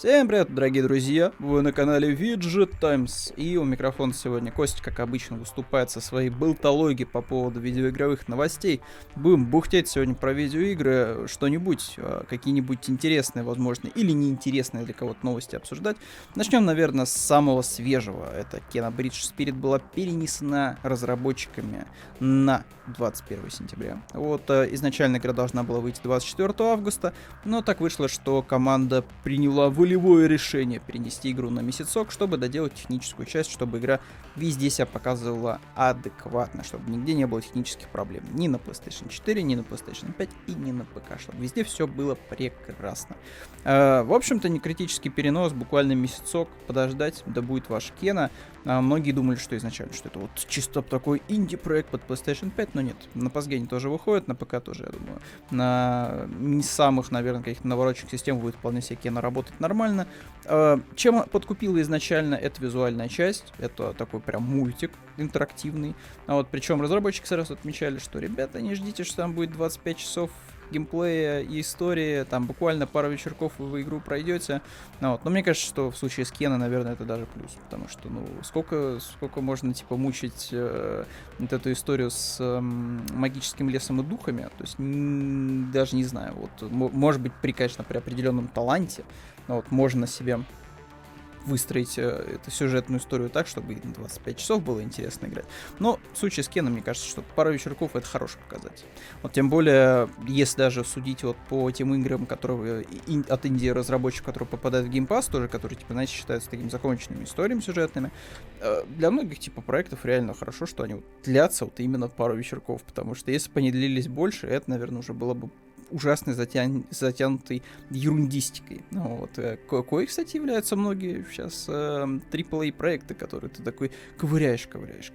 Всем привет, дорогие друзья! Вы на канале Widget Times, и у микрофона сегодня Костя, как обычно, выступает со своей болтологией по поводу видеоигровых новостей. Будем бухтеть сегодня про видеоигры, что-нибудь, какие-нибудь интересные, возможно, или неинтересные для кого-то новости обсуждать. Начнем, наверное, с самого свежего. Это Kena Bridge Spirit была перенесена разработчиками на 21 сентября. Вот, изначально игра должна была выйти 24 августа, но так вышло, что команда приняла волевое решение перенести игру на месяцок, чтобы доделать техническую часть, чтобы игра везде себя показывала адекватно, чтобы нигде не было технических проблем. Ни на PlayStation 4, ни на PlayStation 5 и ни на ПК, чтобы везде все было прекрасно. В общем-то, не критический перенос, буквально месяцок подождать, да будет ваш Кена. Многие думали, что изначально, что это вот чисто такой инди-проект под PlayStation 5, но нет. На PSGene тоже выходит, на ПК тоже, я думаю. На не самых, наверное, каких-то навороченных систем будет вполне себе Кена работать нормально. Чем подкупила изначально эта визуальная часть, это такой прям мультик интерактивный. Причем разработчики сразу отмечали, что, ребята, не ждите, что там будет 25 часов геймплея и истории, там буквально пару вечерков вы игру пройдете. Но мне кажется, что в случае с Кена, наверное, это даже плюс, потому что, сколько можно, мучить вот эту историю с магическим лесом и духами, то есть даже не знаю, может быть, конечно, при определенном таланте, можно себе выстроить эту сюжетную историю так, чтобы на 25 часов было интересно играть. Но в случае с Кеном, мне кажется, что пару вечерков — это хороший показатель. Тем более, если даже судить по тем играм, которые от инди-разработчиков, которые попадают в Game Pass, тоже, которые, считаются такими законченными историями сюжетными, для многих, проектов реально хорошо, что они длятся именно пару вечерков, потому что если бы они длились больше, это, наверное, уже было бы ужасной затянутой ерундистикой. Кое, кстати, являются многие сейчас AAA проекты, которые ты такой ковыряешь.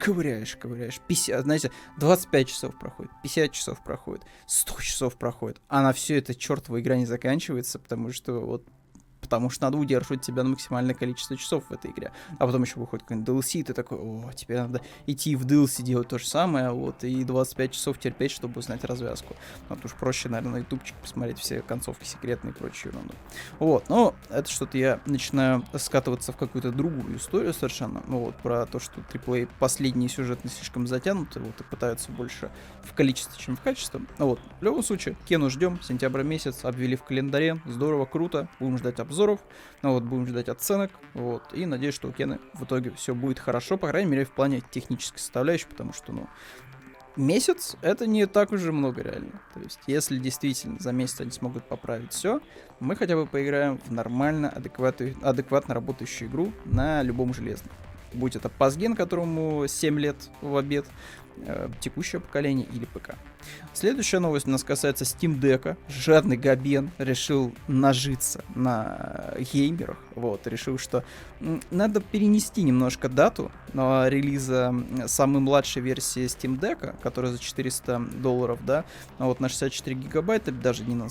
50, знаете, 25 часов проходит, 50 часов проходит, 100 часов проходит, а на все это чертова игра не заканчивается, потому что надо удерживать тебя на максимальное количество часов в этой игре. А потом еще выходит какой-нибудь DLC, и ты такой, теперь надо идти в DLC делать то же самое, и 25 часов терпеть, чтобы узнать развязку. Уж проще, наверное, на ютубчике посмотреть все концовки секретные и прочую ерунду. Но это что-то я начинаю скатываться в какую-то другую историю совершенно. Про то, что AAA последние сюжетные слишком затянуты, и пытаются больше в количестве, чем в качестве. В любом случае, Кену ждем, сентябрь месяц, обвели в календаре, здорово, круто, будем ждать обзоров, будем ждать оценок, и надеюсь, что у Кены в итоге все будет хорошо, по крайней мере, в плане технической составляющей, потому что, месяц — это не так уж и много реально. То есть, если действительно за месяц они смогут поправить все, мы хотя бы поиграем в нормально, адекватно работающую игру на любом железном. Будь это PSGene, которому 7 лет в обед, текущее поколение или ПК. Следующая новость у нас касается Steam Deck'а. Жадный Габен решил нажиться на геймерах. Решил, что надо перенести немножко дату релиза самой младшей версии Steam Deck'а, которая за $400, да, на 64 гигабайта, даже не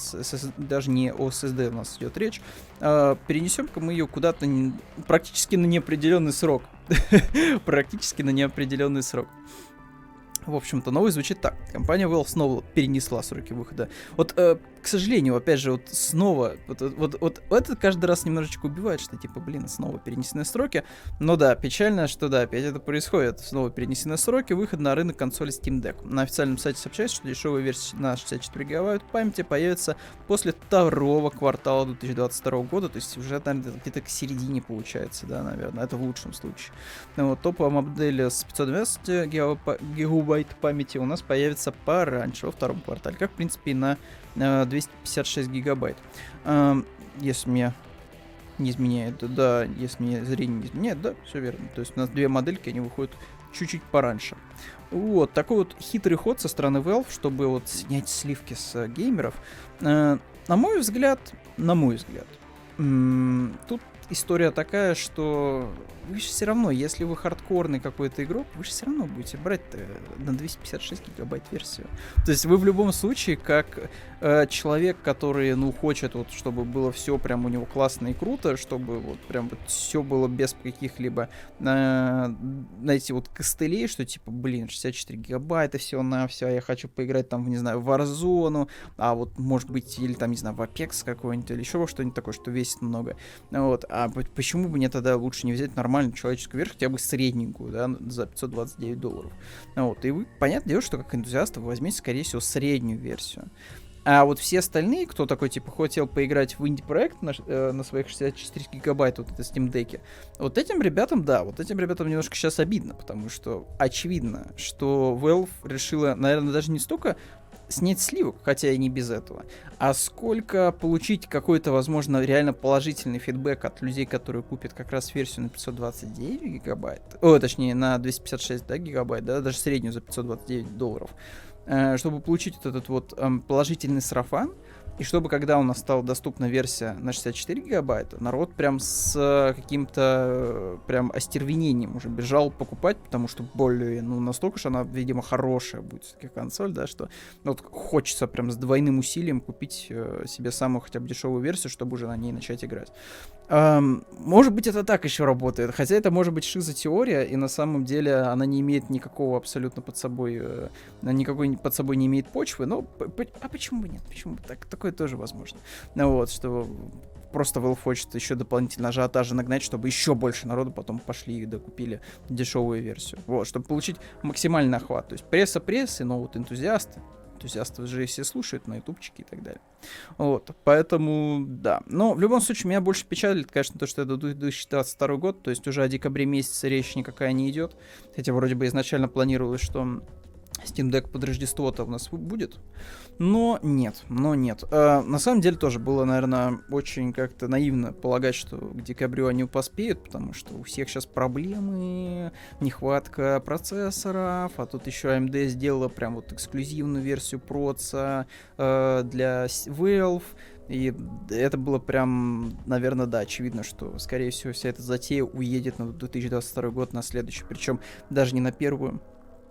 о SSD у нас идет речь. Перенесем-ка мы ее куда-то практически на неопределенный срок. Практически на неопределенный срок. В общем-то, новость звучит так. Компания Valve снова перенесла сроки выхода. К сожалению, опять же, снова, это каждый раз немножечко убивает, что снова перенесены сроки. Но да, печально, что да, опять это происходит. Снова перенесены сроки, выход на рынок консоли Steam Deck. На официальном сайте сообщается, что дешевая версия на 64 гигабайт памяти появится после второго квартала 2022 года, то есть уже, наверное, где-то к середине получается, да, наверное, это в лучшем случае. Топовая модель с 512 гигабайт памяти у нас появится пораньше, во втором квартале, как, в принципе, и на 256 гигабайт. Если мне не изменяет, да, если мне зрение не изменяет, да, все верно. То есть у нас две модельки, они выходят чуть-чуть пораньше. Такой хитрый ход со стороны Valve, чтобы снять сливки с геймеров. На мой взгляд, тут история такая, что вы же все равно, если вы хардкорный какой-то игрок, вы же все равно будете брать на 256 гигабайт версию. То есть вы в любом случае, как человек, который, ну, хочет, вот, чтобы было все прям у него классно и круто, чтобы вот прям вот все было без каких-либо, знаете, вот костылей, что типа, блин, 64 гигабайта всего-навсего, я хочу поиграть там, не знаю, в Warzone, а вот, может быть, или там, не знаю, в Apex какой-нибудь, или еще во что-нибудь такое, что весит много. Вот, а почему бы мне тогда лучше не взять нормальную человеческую версию, хотя бы средненькую, да, за $529. Вот, и вы, понятное дело, что как энтузиасты вы возьмете, скорее всего, среднюю версию. А вот все остальные, кто такой, типа, хотел поиграть в инди-проект на своих 64 гигабайта, вот это Steam Deck'е, вот этим ребятам, да, вот этим ребятам немножко сейчас обидно, потому что очевидно, что Valve решила, наверное, даже не столько снять сливок, хотя и не без этого, а сколько получить какой-то, возможно, реально положительный фидбэк от людей, которые купят как раз версию на 529 гигабайт, точнее, на 256, да, гигабайт, да, даже среднюю за $529, чтобы получить вот этот вот положительный сарафан, и чтобы, когда у нас стала доступна версия на 64 гигабайта, народ прям с каким-то прям остервенением уже бежал покупать, потому что более, ну, настолько же она, видимо, хорошая будет все-таки консоль, да, что вот хочется прям с двойным усилием купить себе самую хотя бы дешевую версию, чтобы уже на ней начать играть. Может быть, это так еще работает, хотя это может быть шизотеория, и на самом деле она не имеет никакого абсолютно под собой, никакой под собой не имеет почвы, но почему бы нет, почему бы так, такое тоже возможно. Ну вот, что просто Valve хочет еще дополнительно ажиотажа нагнать, чтобы еще больше народу потом пошли и докупили дешевую версию. Вот, чтобы получить максимальный охват. То есть пресса, но вот энтузиасты же все слушают на ютубчике и так далее. Вот, поэтому, да. Но в любом случае, меня больше печалит, конечно, то, что это 2022 год, то есть уже о декабре месяце речь никакая не идет. Хотя вроде бы изначально планировалось, что Steam Deck под Рождество-то у нас будет. Но нет. На самом деле тоже было, наверное, очень как-то наивно полагать, что к декабрю они поспеют, потому что у всех сейчас проблемы, нехватка процессоров, а тут еще AMD сделала прям вот эксклюзивную версию проца для Valve. И это было прям, наверное, да, очевидно, что, скорее всего, вся эта затея уедет на 2022 год, на следующий. Причем даже не на первые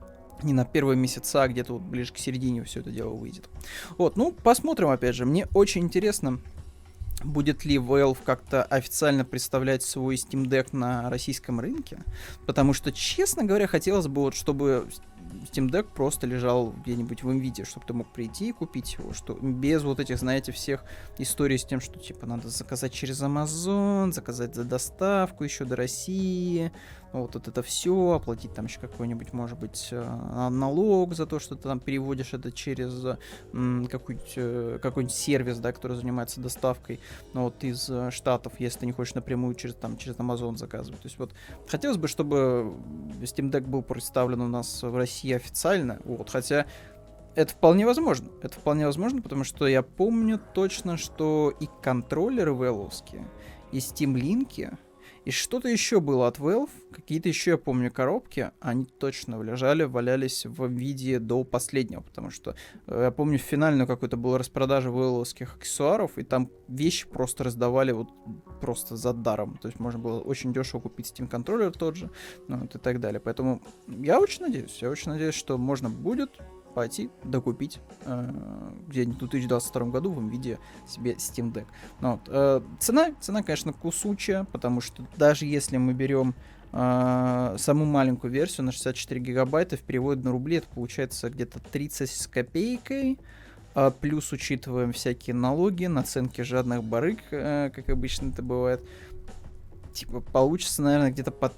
месяца, а где-то вот ближе к середине все это дело выйдет. Вот, ну, посмотрим, опять же. Мне очень интересно, будет ли Valve как-то официально представлять свой Steam Deck на российском рынке. Потому что, честно говоря, хотелось бы, вот, чтобы Steam Deck просто лежал где-нибудь в Nvidia, чтобы ты мог прийти и купить его, что без вот этих, знаете, всех историй с тем, что, типа, надо заказать через Amazon, заказать за доставку еще до России, вот это все, оплатить там еще какой-нибудь, может быть, налог за то, что ты там переводишь это через какой-нибудь сервис, да, который занимается доставкой, ну, вот из Штатов, если ты не хочешь напрямую через Amazon заказывать. То есть вот хотелось бы, чтобы Steam Deck был представлен у нас в России официально, вот, хотя это вполне возможно. Потому что я помню точно, что и контроллеры Valve-овские, и Steam Link, и что-то еще было от Valve, какие-то еще, я помню, коробки, они точно валялись в виде до последнего, потому что я помню финальную какую-то была распродажа Valve-овских аксессуаров, и там вещи просто раздавали вот просто за даром, то есть можно было очень дешево купить Steam контроллер тот же, ну, вот и так далее, поэтому я очень надеюсь, что можно будет пойти докупить где-нибудь в 2022 году в Nvidia себе Steam Deck. Ну, вот, цена, конечно, кусучая, потому что даже если мы берем саму маленькую версию на 64 гигабайта, в переводе на рубли это получается где-то 30 с копейкой, плюс учитываем всякие налоги, наценки жадных барыг, как обычно это бывает, типа получится, наверное, где-то по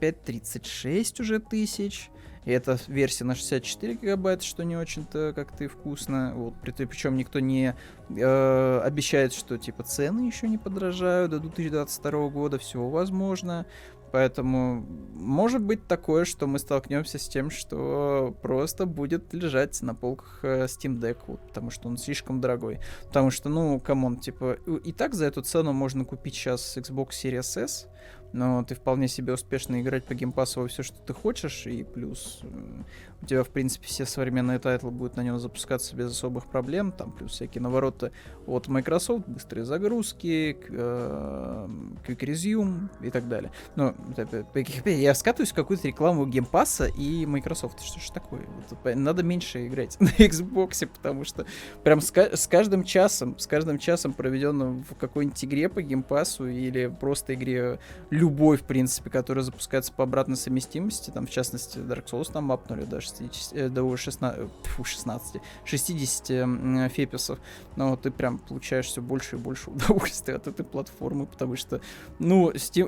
35-36 уже тысяч. И это версия на 64 гигабайта, что не очень-то как-то и вкусно. Вот, причем никто не обещает, что типа цены еще не подорожают до 2022 года. Все возможно. Поэтому может быть такое, что мы столкнемся с тем, что просто будет лежать на полках Steam Deck, вот, потому что он слишком дорогой. Потому что, ну, камон, типа, и так за эту цену можно купить сейчас Xbox Series S. но ты вполне себе успешно играть по геймпассу во все, что ты хочешь, и плюс у тебя, в принципе, все современные тайтлы будут на него запускаться без особых проблем, там плюс всякие навороты от Microsoft, быстрые загрузки, Quick Resume и так далее. Но я скатываюсь в какую-то рекламу геймпасса и Microsoft. Что ж такое? Вот, надо меньше играть на Xbox, потому что прям с каждым часом, проведенным в какой-нибудь игре по геймпассу или просто игре любой, в принципе, которая запускается по обратной совместимости, там, в частности, Dark Souls там апнули до 60 феписов, но ты прям получаешь все больше и больше удовольствия от этой платформы, потому что, ну, Steam,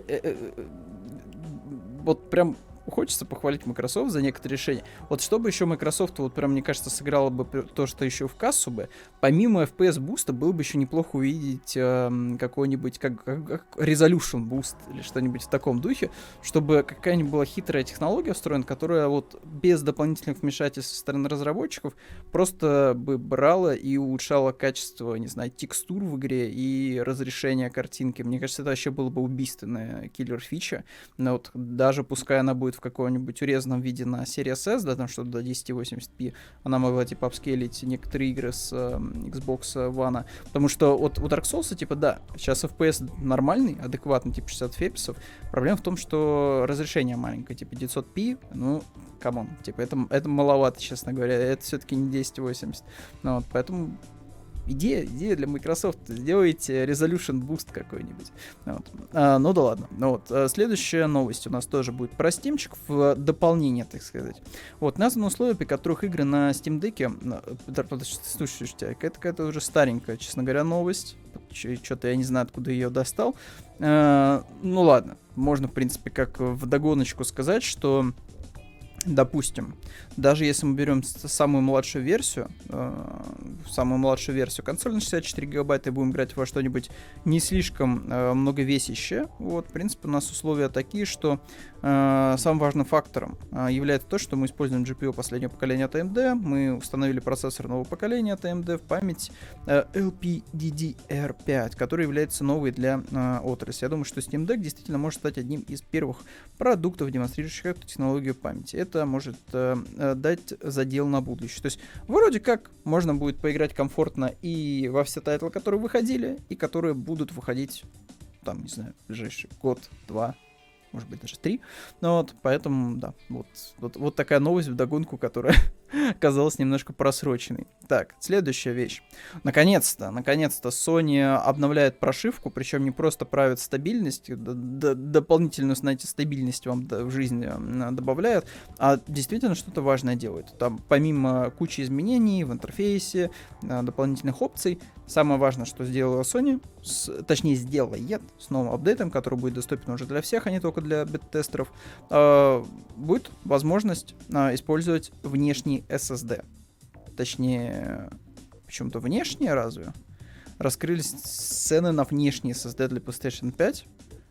вот прям хочется похвалить Microsoft за некоторые решения. Вот чтобы еще Microsoft, вот прям, мне кажется, сыграло бы то, что еще в кассу бы, помимо FPS буста, было бы еще неплохо увидеть какой-нибудь, как Resolution Boost или что-нибудь в таком духе, чтобы какая-нибудь была хитрая технология встроена, которая вот без дополнительных вмешательств со стороны разработчиков просто бы брала и улучшала качество, не знаю, текстур в игре и разрешение картинки. Мне кажется, это вообще было бы убийственная киллер-фича, но вот даже пускай она будет в каком-нибудь урезанном виде на Series S, да, там что-то до 1080p, она могла, типа, апскейлить некоторые игры с Xbox One, потому что вот у Dark Souls, типа, да, сейчас FPS нормальный, адекватный, типа 60 феписов, проблема в том, что разрешение маленькое, типа 900p, ну, камон, типа, это маловато, честно говоря, это все-таки не 1080, ну, вот, поэтому идея для Microsoft. Сделайте Resolution Boost какой-нибудь. Вот. Ну да ладно. Вот. Следующая новость у нас тоже будет про Steamчик в дополнение, так сказать. Вот. Названы условия, при которых игры на Steam Deck'е... Слушайте, это какая-то уже старенькая, честно говоря, новость. Что-то я не знаю, откуда ее достал. Ну ладно. Можно, в принципе, как вдогоночку сказать, что... Допустим, даже если мы берем самую младшую версию консоли на 64 гигабайта и будем играть во что-нибудь не слишком многовесящее, вот, в принципе, у нас условия такие, что самым важным фактором является то, что мы используем GPU последнего поколения от AMD, мы установили процессор нового поколения от AMD в память LPDDR5, который является новой для отрасли. Я думаю, что Steam Deck действительно может стать одним из первых продуктов, демонстрирующих эту технологию памяти. Это может дать задел на будущее. То есть вроде как можно будет поиграть комфортно и во все тайтлы, которые выходили, и которые будут выходить, там, не знаю, в ближайший год, 2, может быть, даже 3. Ну вот, поэтому, да, вот такая новость вдогонку, которая казалась немножко просроченной. Так, следующая вещь. Наконец-то Sony обновляет прошивку, причем не просто правит стабильность, дополнительную, знаете, стабильность вам в жизнь добавляют, а действительно что-то важное делает. Там, помимо кучи изменений в интерфейсе, дополнительных опций, самое важное, что сделала Sony, точнее сделает с новым апдейтом, который будет доступен уже для всех, а не только для бета-тестеров, будет возможность использовать внешний SSD. Точнее, почему-то внешние разве? Раскрылись цены на внешний SSD для PlayStation 5.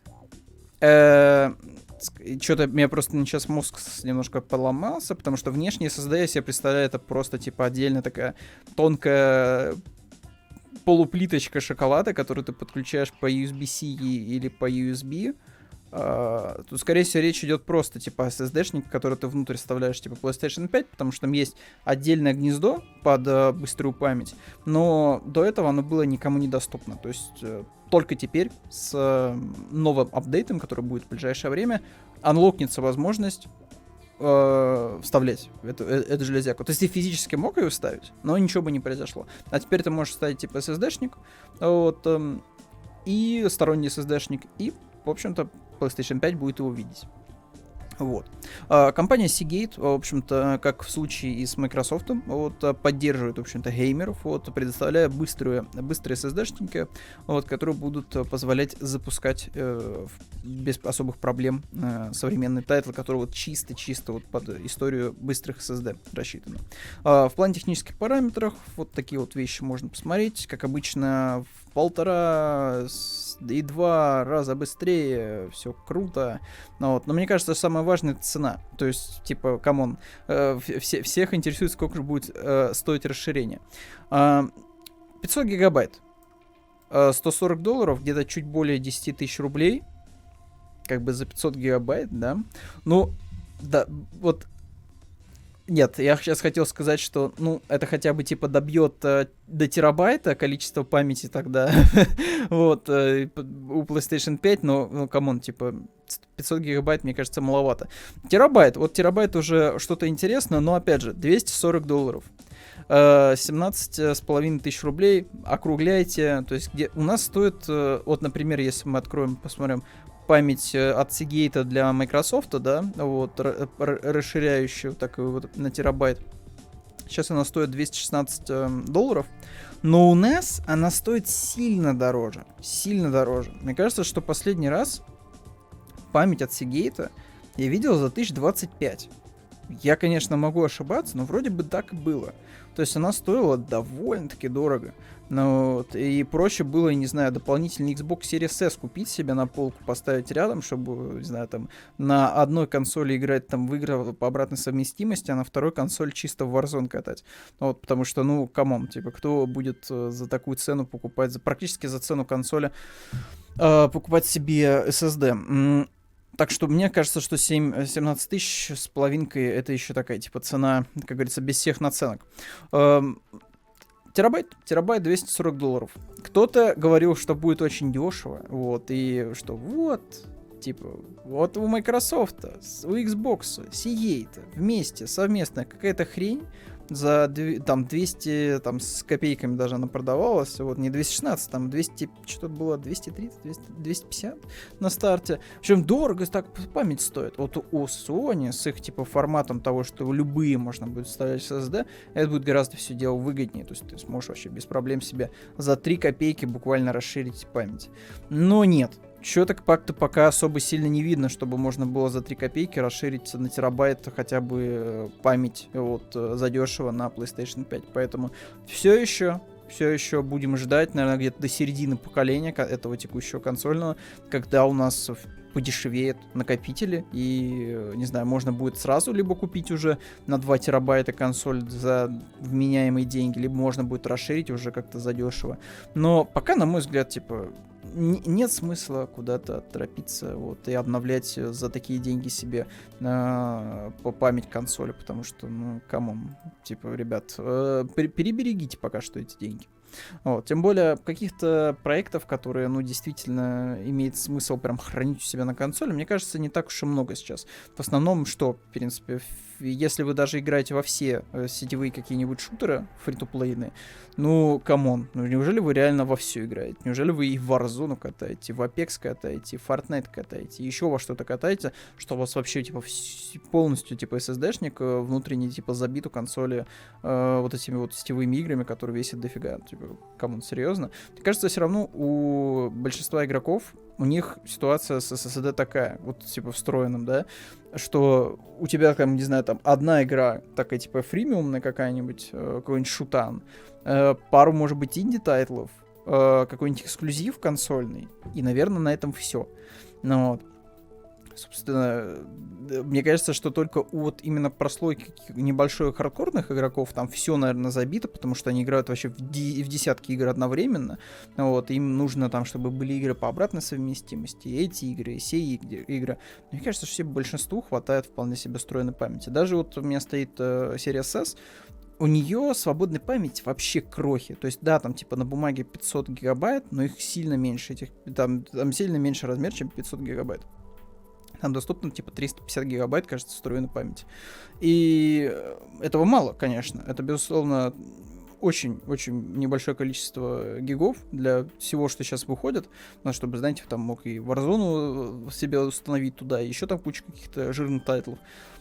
Что-то меня просто сейчас мозг немножко поломался, потому что внешний SSD, я себе представляю, это просто типа отдельно такая тонкая полуплиточка шоколада, которую ты подключаешь по USB-C или по USB. Тут, скорее всего, речь идет просто типа о SSD-шнике, который ты внутрь вставляешь типа PlayStation 5, потому что там есть отдельное гнездо под быструю память, но до этого оно было никому недоступно. То есть только теперь с новым апдейтом, который будет в ближайшее время, анлокнется возможность вставлять эту железяку. То есть ты физически мог ее вставить, но ничего бы не произошло. А теперь ты можешь вставить типа SSD-шник, вот, и сторонний SSD-шник, и, в общем-то, PlayStation 5 будет его видеть. Вот. Компания Seagate, в общем-то, как в случае и с Microsoft, вот, поддерживает, в общем-то, геймеров, вот, предоставляя быстрые SSD-шники, вот, которые будут позволять запускать без особых проблем современные тайтлы, которые вот чисто вот под историю быстрых SSD рассчитаны. В плане технических параметров вот такие вот вещи можно посмотреть. Как обычно, в 1,5 и 2 раза быстрее, все круто. Вот. Но мне кажется, самое важное — это цена. То есть, типа, камон, всех интересует, сколько же будет стоить расширение. 500 гигабайт, $140, где-то чуть более 10 тысяч рублей. как бы за 500 гигабайт, да. Ну, да, вот. Нет, я сейчас хотел сказать, что, ну, это хотя бы, типа, добьет до терабайта количество памяти тогда, вот, у PlayStation 5, но, ну, камон, типа, 500 гигабайт, мне кажется, маловато. Терабайт уже что-то интересное, но, опять же, $240. 17,5 тысяч рублей, округляйте, то есть где у нас стоит, вот, например, если мы откроем, посмотрим, память от Seagate для Microsoft, да, вот, расширяющую такую вот на терабайт. Сейчас она стоит $216, но у нас она стоит сильно дороже. Мне кажется, что последний раз память от Seagate я видел за 1025. Я, конечно, могу ошибаться, но вроде бы так и было. То есть она стоила довольно-таки дорого. Ну, вот, и проще было, не знаю, дополнительный Xbox Series S купить себе на полку, поставить рядом, чтобы, не знаю, там, на одной консоли играть там в игры по обратной совместимости, а на второй консоль чисто в Warzone катать. Вот, потому что, ну, камон, типа, кто будет за такую цену покупать, практически за цену консоли покупать себе SSD? Так что мне кажется, что 17 тысяч с половинкой это еще такая, типа, цена, как говорится, без всех наценок. Терабайт $240. Кто-то говорил, что будет очень дешево, вот, и что вот, типа, вот у Microsoft, у Xbox, Seagate вместе, совместно какая-то хрень, за там 200, там с копейками даже она продавалась, вот, не 216, там 200, что-то было 230, 250 на старте. В общем, дорого так память стоит. Вот у Sony с их, типа, форматом того, что любые можно будет вставлять в SSD, это будет гораздо все дело выгоднее, то есть ты сможешь вообще без проблем себе за 3 копейки буквально расширить память. Но нет. Что-то как-то пока особо сильно не видно, чтобы можно было за 3 копейки расширить на терабайт хотя бы память вот задешево на PlayStation 5. Поэтому все еще будем ждать, наверное, где-то до середины поколения этого текущего консольного, когда у нас подешевеют накопители, и, не знаю, можно будет сразу либо купить уже на 2 терабайта консоль за вменяемые деньги, либо можно будет расширить уже как-то задешево. Но пока, на мой взгляд, типа, нет смысла куда-то торопиться вот, и обновлять за такие деньги себе по память консоли, потому что, ну, камон, типа, ребят, переберегите пока что эти деньги. Вот, тем более каких-то проектов, которые, ну, действительно имеет смысл прям хранить у себя на консоли, мне кажется, не так уж и много сейчас. В основном, что, в принципе, если вы даже играете во все сетевые какие-нибудь шутеры фри-то-плейные, ну, камон, ну, неужели вы реально во все играете? Неужели вы и в Warzone катаете, в Apex катаете, в Fortnite катаете, еще во что-то катаете, что у вас вообще, типа, полностью, типа, SSD-шник внутренний, типа, забит у консоли вот этими вот сетевыми играми, которые весят дофига. Типа, камон, серьезно? Мне кажется, все равно у большинства игроков у них ситуация с SSD такая, вот, типа, встроенным, да, что у тебя, там, не знаю, там, одна игра такая, типа, фримиумная какая-нибудь, какой-нибудь шутан, пару, может быть, инди-тайтлов, какой-нибудь эксклюзив консольный, и, наверное, на этом все. Ну, вот. Собственно, мне кажется, что только у вот именно прослойки небольших хардкорных игроков там все, наверное, забито, потому что они играют вообще в десятки игр одновременно. Вот, им нужно там, чтобы были игры по обратной совместимости, и эти игры, и все игры. Мне кажется, что себе большинству хватает вполне себе встроенной памяти. Даже вот у меня стоит Series S, у нее свободной памяти вообще крохи. То есть, да, там типа на бумаге 500 гигабайт, но их сильно меньше, там сильно меньше размер, чем 500 гигабайт. Там доступно типа 350 гигабайт, кажется, встроенной памяти. И этого мало, конечно. Это, безусловно, очень-очень небольшое количество гигов для всего, что сейчас выходит. Ну, чтобы, знаете, там мог и Warzone себе установить туда, и еще там куча каких-то жирных тайтлов.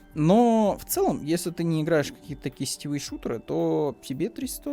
Но в целом, если ты не играешь в какие-то такие сетевые шутеры, то тебе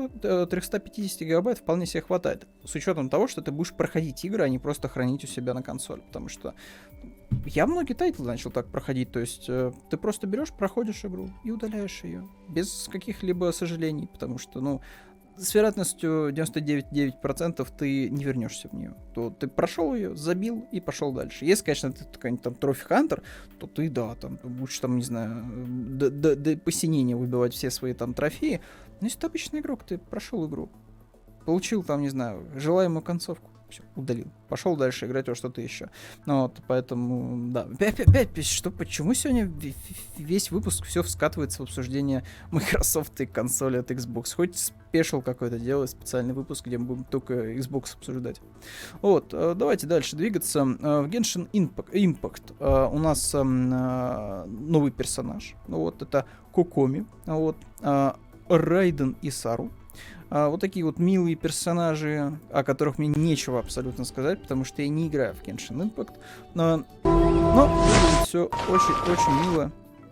350 гигабайт вполне себе хватает. С учетом того, что ты будешь проходить игры, а не просто хранить у себя на консоли. Потому что я многие тайтлы начал так проходить. То есть ты просто берешь, проходишь игру и удаляешь ее. Без каких-либо сожалений. Потому что, ну, с вероятностью 99,9% ты не вернешься в нее. То ты прошел ее, забил и пошел дальше. Если, конечно, ты какой-нибудь там трофи-хантер, то ты, да, там будешь там, не знаю, до посинения выбивать все свои там трофеи. Но если ты обычный игрок, ты прошел игру, получил там, не знаю, желаемую концовку. Все, удалил. Пошел дальше играть во что-то еще. Ну, вот, поэтому, да. Опять, что, почему сегодня весь выпуск все вскатывается в обсуждение Microsoft и консоли от Xbox? Хоть спешл какой-то делать, специальный выпуск, где мы будем только Xbox обсуждать. Вот, давайте дальше двигаться. В Genshin Impact у нас новый персонаж. Вот, это Кокоми. Вот, Райден и Сару. Вот такие вот милые персонажи, о которых мне нечего абсолютно сказать, потому что я не играю в Genshin Impact. Но выглядит все очень-очень мило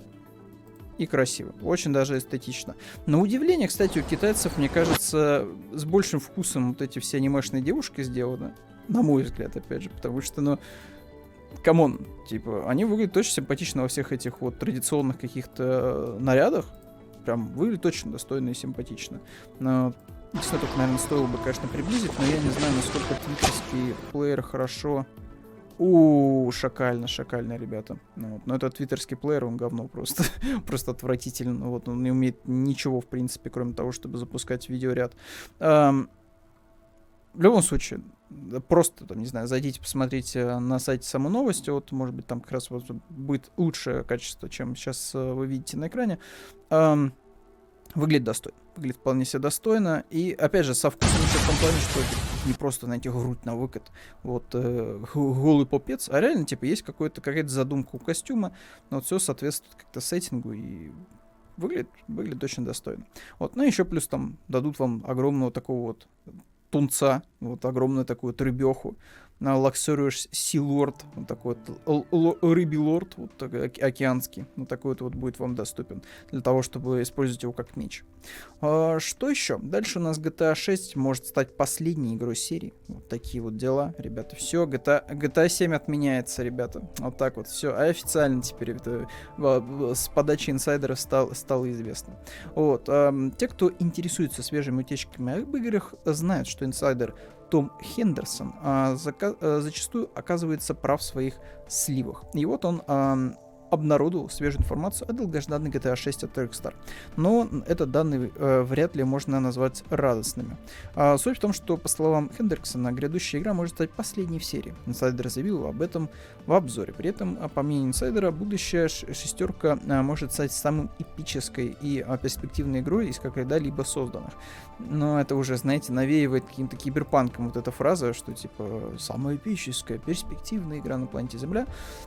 и красиво. Очень даже эстетично. На удивление, кстати, у китайцев, мне кажется, с большим вкусом вот эти все анимешные девушки сделаны. На мой взгляд, опять же, потому что, камон, типа, они выглядят очень симпатично во всех этих вот традиционных каких-то нарядах. Прям выглядит очень достойно и симпатично. Но единственное, только, наверное, стоило бы, конечно, приблизить, но я не знаю, насколько твиттерский плеер хорошо. Шакально, ребята. Но это твиттерский плеер, он говно просто. Просто отвратительно. Вот, он не умеет ничего, в принципе, кроме того, чтобы запускать видеоряд. В любом случае, просто, там, не знаю, зайдите, посмотрите на сайте саму новость. Вот, может быть, там как раз вот будет лучшее качество, чем сейчас вы видите на экране. Выглядит достойно. Выглядит вполне себе достойно. И, опять же, со вкусом еще в том плане, что это не просто, знаете, грудь на выкат. Вот, голый попец. А реально, типа, есть какая-то задумка у костюма. Но вот все соответствует как-то сеттингу и выглядит очень достойно. Вот, ну, еще плюс там дадут вам огромного такого вот тунца, вот огромную такую вот рыбеху, на Luxurious Sea Lord, вот такой вот рыбий лорд, вот такой океанский, вот такой вот будет вам доступен, для того, чтобы использовать его как меч. Что еще? Дальше у нас GTA 6 может стать последней игрой серии. Вот такие вот дела, ребята. Все, GTA 7 отменяется, ребята. Вот так вот, все. А официально теперь это с подачи инсайдеров стало известно. Вот. Те, кто интересуется свежими утечками об играх, знают, что инсайдер Том Хендерсон зачастую оказывается прав в своих сливах. И вот он обнародовал свежую информацию о долгожданной GTA 6 от Rockstar. Но это данные вряд ли можно назвать радостными. Суть в том, что, по словам Хендерсона, грядущая игра может стать последней в серии. Инсайдер заявил об этом в обзоре. При этом, по мнению инсайдера, будущая шестерка может стать самым эпической и перспективной игрой из когда-либо созданных. Но это уже, знаете, навеивает каким-то киберпанком вот эта фраза, что типа самая эпическая, перспективная игра на планете Земля.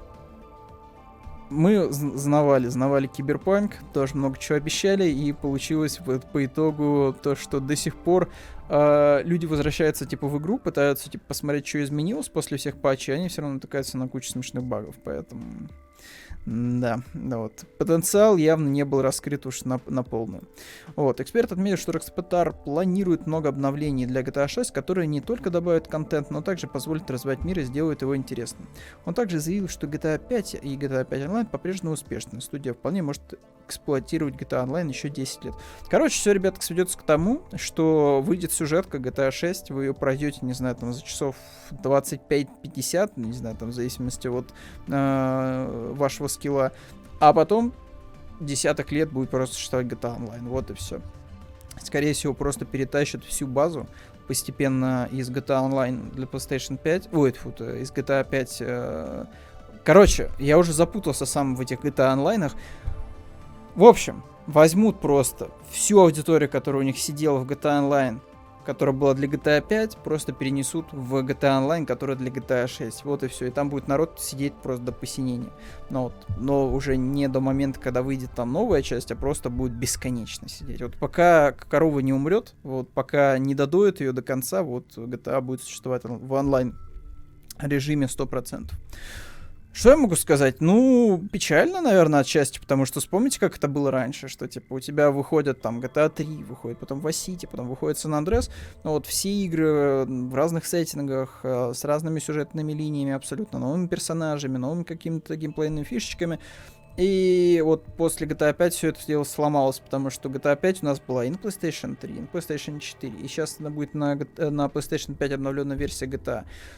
Мы знавали Киберпанк, тоже много чего обещали, и получилось по итогу то, что до сих пор люди возвращаются типа в игру, пытаются типа посмотреть, что изменилось после всех патчей, и они все равно натыкаются на кучу смешных багов, поэтому... Да, вот. Потенциал явно не был раскрыт уж на полную. Вот. Эксперт отметил, что Rockstar планирует много обновлений для GTA 6, которые не только добавят контент, но также позволят развивать мир и сделают его интересным. Он также заявил, что GTA 5 и GTA 5 Online по-прежнему успешны. Студия вполне может эксплуатировать GTA Online еще 10 лет. Короче, все, ребята, сведется к тому, что выйдет сюжетка GTA 6, вы ее пройдете, не знаю, там за часов 25-50, не знаю, там в зависимости от вашего скилла, а потом десяток лет будет просто существовать GTA Online, вот и все. Скорее всего, просто перетащат всю базу постепенно из GTA Online для PlayStation 5, из GTA 5. Короче, я уже запутался сам в этих GTA Онлайнах. В общем, возьмут просто всю аудиторию, которая у них сидела в GTA Online, которая была для GTA 5, просто перенесут в GTA Online, которая для GTA 6. Вот и все. И там будет народ сидеть просто до посинения. Но уже не до момента, когда выйдет там новая часть, а просто будет бесконечно сидеть. Вот пока корова не умрет, вот пока не додует ее до конца, вот GTA будет существовать в онлайн режиме 100%. Что я могу сказать? Печально, наверное, отчасти, потому что вспомните, как это было раньше, что, типа, у тебя выходят там GTA 3, выходит потом Vice City, потом выходит San Andreas, вот все игры в разных сеттингах, с разными сюжетными линиями, абсолютно новыми персонажами, новыми какими-то геймплейными фишечками, и вот после GTA 5 все это дело сломалось, потому что GTA 5 у нас была и на PlayStation 3, и на PlayStation 4, и сейчас она будет на PlayStation 5 обновленная версия GTA.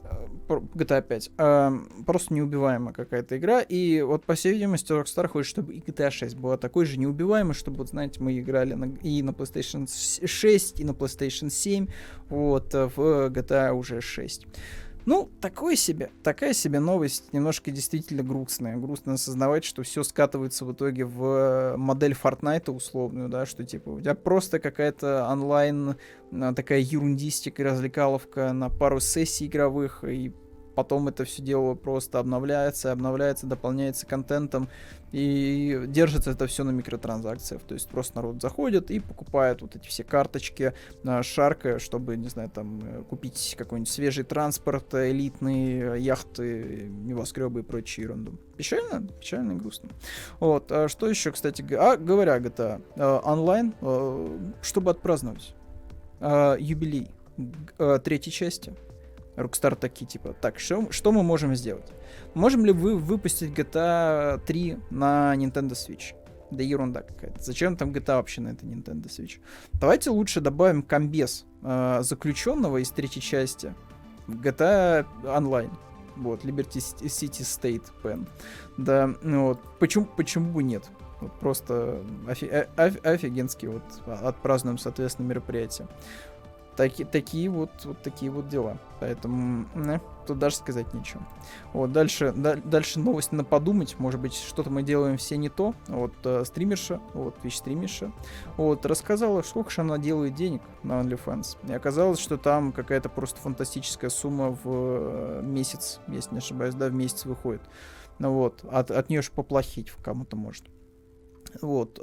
GTA 5. Просто неубиваемая какая-то игра. И вот, по всей видимости, Rockstar хочет, чтобы и GTA 6 была такой же неубиваемой, чтобы, вот, знаете, мы играли и на PlayStation 6, и на PlayStation 7, вот, в GTA уже 6. Ну, такая себе новость, немножко действительно грустная. Грустно осознавать, что все скатывается в итоге в модель Fortnite условную, да, что типа у тебя просто какая-то онлайн такая ерундистика и развлекаловка на пару сессий игровых, и потом это все дело просто обновляется, дополняется контентом, и держится это все на микротранзакциях. То есть просто народ заходит и покупает вот эти все карточки, шаркая, чтобы, не знаю, там, купить какой-нибудь свежий транспорт, элитные яхты, небоскребы и прочую ерунду. Печально? Печально и грустно. Вот. А что еще, кстати, говоря о GTA онлайн, чтобы отпраздновать юбилей третьей части, Rockstar такие, типа, так, что мы можем сделать? Можем ли вы выпустить GTA 3 на Nintendo Switch? Да ерунда какая-то. Зачем там GTA вообще на этой Nintendo Switch? Давайте лучше добавим комбез заключенного из третьей части в GTA Online. Вот, Liberty City State Pen. Да, вот. Почему бы нет? Вот просто офигенские вот отпразднуем, соответственно, мероприятия. Такие вот дела. Поэтому, тут даже сказать нечего. Вот, дальше новость на подумать. Может быть, что-то мы делаем все не то. Вот, стримерша, вот, Twitch-стримерша, вот, рассказала, сколько же она делает денег на OnlyFans. И оказалось, что там какая-то просто фантастическая сумма в месяц, если не ошибаюсь, да, в месяц выходит. Ну вот, от нее же поплохить кому-то может. Вот,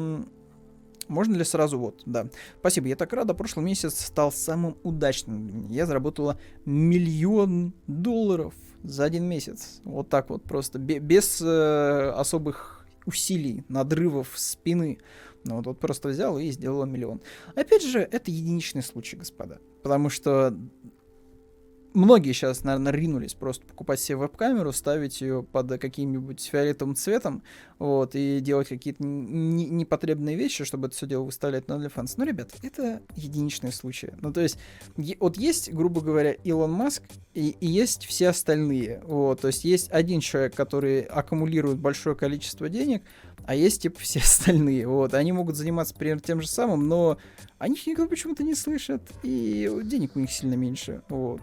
можно ли сразу? Вот, да. Спасибо, я так рада. Прошлый месяц стал самым удачным для меня. Я заработала $1 миллион за один месяц. Вот так вот просто. Без особых усилий, надрывов спины. Ну, вот просто взял и сделала $1 миллион. Опять же, это единичный случай, господа. Потому что многие сейчас, наверное, ринулись просто покупать себе веб-камеру, ставить ее под каким-нибудь фиолетовым цветом, вот, и делать какие-то непотребные вещи, чтобы это все дело выставлять на OnlyFans. Ну, ребят, это единичные случаи. Ну, то есть, вот есть, грубо говоря, Илон Маск, и есть все остальные. Вот, то есть, есть один человек, который аккумулирует большое количество денег, а есть, типа, все остальные. Вот, они могут заниматься примерно тем же самым, но о них никто почему-то не слышит, и денег у них сильно меньше. Вот.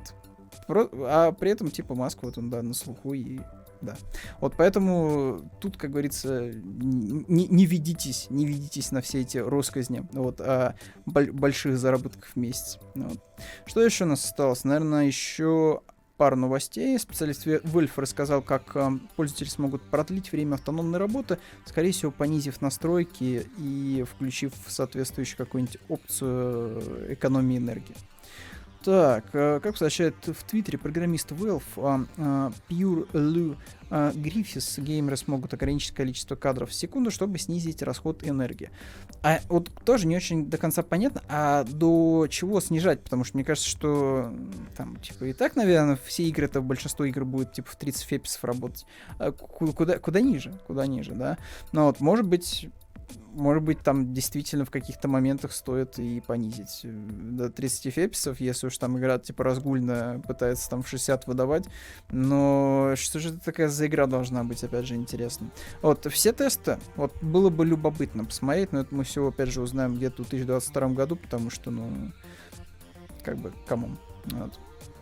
А при этом, типа, Маск, вот он, да, на слуху, и да. Вот поэтому тут, как говорится, не ведитесь на все эти россказни, вот, о больших заработках в месяц. Вот. Что еще у нас осталось? Наверное, еще пару новостей. Специалист Valve рассказал, как пользователи смогут продлить время автономной работы, скорее всего, понизив настройки и включив соответствующую какую-нибудь опцию экономии энергии. Так, как сообщает в Твиттере программист Valve, Pure Lou Griffiths, геймеры смогут ограничить количество кадров в секунду, чтобы снизить расход энергии. А вот тоже не очень до конца понятно, а до чего снижать, потому что мне кажется, что там, типа, и так, наверное, все игры, это большинство игр будет, типа, в 30 феписов работать. А куда ниже, да? Но вот, может быть, там действительно в каких-то моментах стоит и понизить до 30 феписов, если уж там игра, типа, разгульно пытается там в 60 выдавать. Но что же это такая за игра должна быть, опять же, интересно. Вот, все тесты, вот, было бы любопытно посмотреть, но это мы все, опять же, узнаем где-то в 2022 году, потому что, ну, как бы, камон. Вот.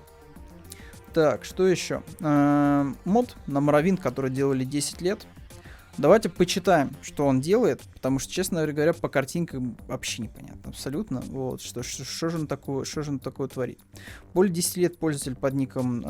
Так, что еще? Мод на Morrowind, который делали 10 лет. Давайте почитаем, что он делает, потому что, честно говоря, по картинкам вообще непонятно абсолютно. Вот, что же он такое творит. Более 10 лет пользователь под ником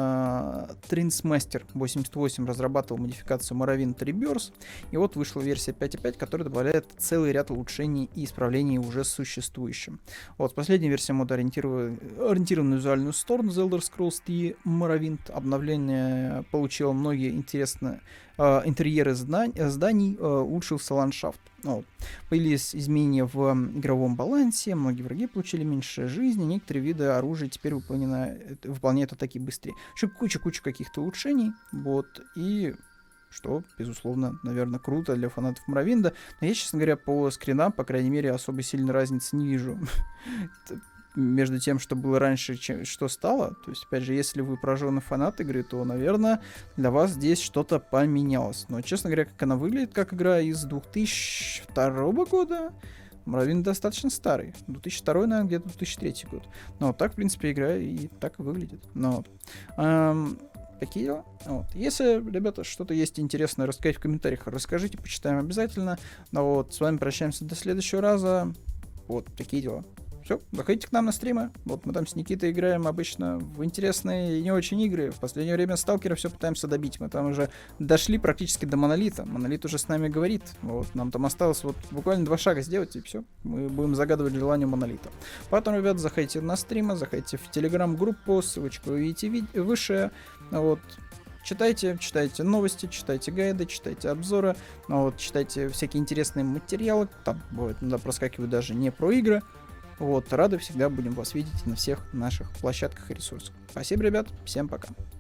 Trinsmaster88 разрабатывал модификацию Morrowind Rebirth, и вот вышла версия 5.5, которая добавляет целый ряд улучшений и исправлений уже существующим. Вот, последняя версия мода ориентирована на визуальную сторону The Elder Scrolls 3 Morrowind. Обновление получило многие интересные интерьеры зданий, улучшился ландшафт. Вот. Появились изменения в игровом балансе, многие враги получили меньше жизни, некоторые виды оружия теперь выполняют атаки быстрее. Еще куча каких-то улучшений, вот, и что, безусловно, наверное, круто для фанатов Morrowind'а, но я, честно говоря, по скринам, по крайней мере, особо сильной разницы не вижу. между тем, что было раньше, что стало. То есть, опять же, если вы прожженный фанат игры, то, наверное, для вас здесь что-то поменялось. Но, честно говоря, как она выглядит, как игра из 2002 года, Morrowind достаточно старый. 2002, наверное, где-то 2003 год. Но так, в принципе, игра и так и выглядит. Но такие дела. Вот. Если, ребята, что-то есть интересное рассказать в комментариях, расскажите, почитаем обязательно. Но вот с вами прощаемся до следующего раза. Вот, такие дела. Все, заходите к нам на стримы. Вот мы там с Никитой играем обычно в интересные и не очень игры. В последнее время Сталкера все пытаемся добить. Мы там уже дошли практически до Монолита. Монолит уже с нами говорит. Вот, нам там осталось вот буквально 2 шага сделать, и все. Мы будем загадывать желание Монолита. Поэтому, ребят, заходите на стримы, заходите в телеграм-группу, ссылочку вы видите выше. Вот. Читайте новости, читайте гайды, читайте обзоры, вот, читайте всякие интересные материалы. Там бывает, иногда проскакивают даже не про игры. Вот, рады всегда будем вас видеть на всех наших площадках и ресурсах. Спасибо, ребят, всем пока.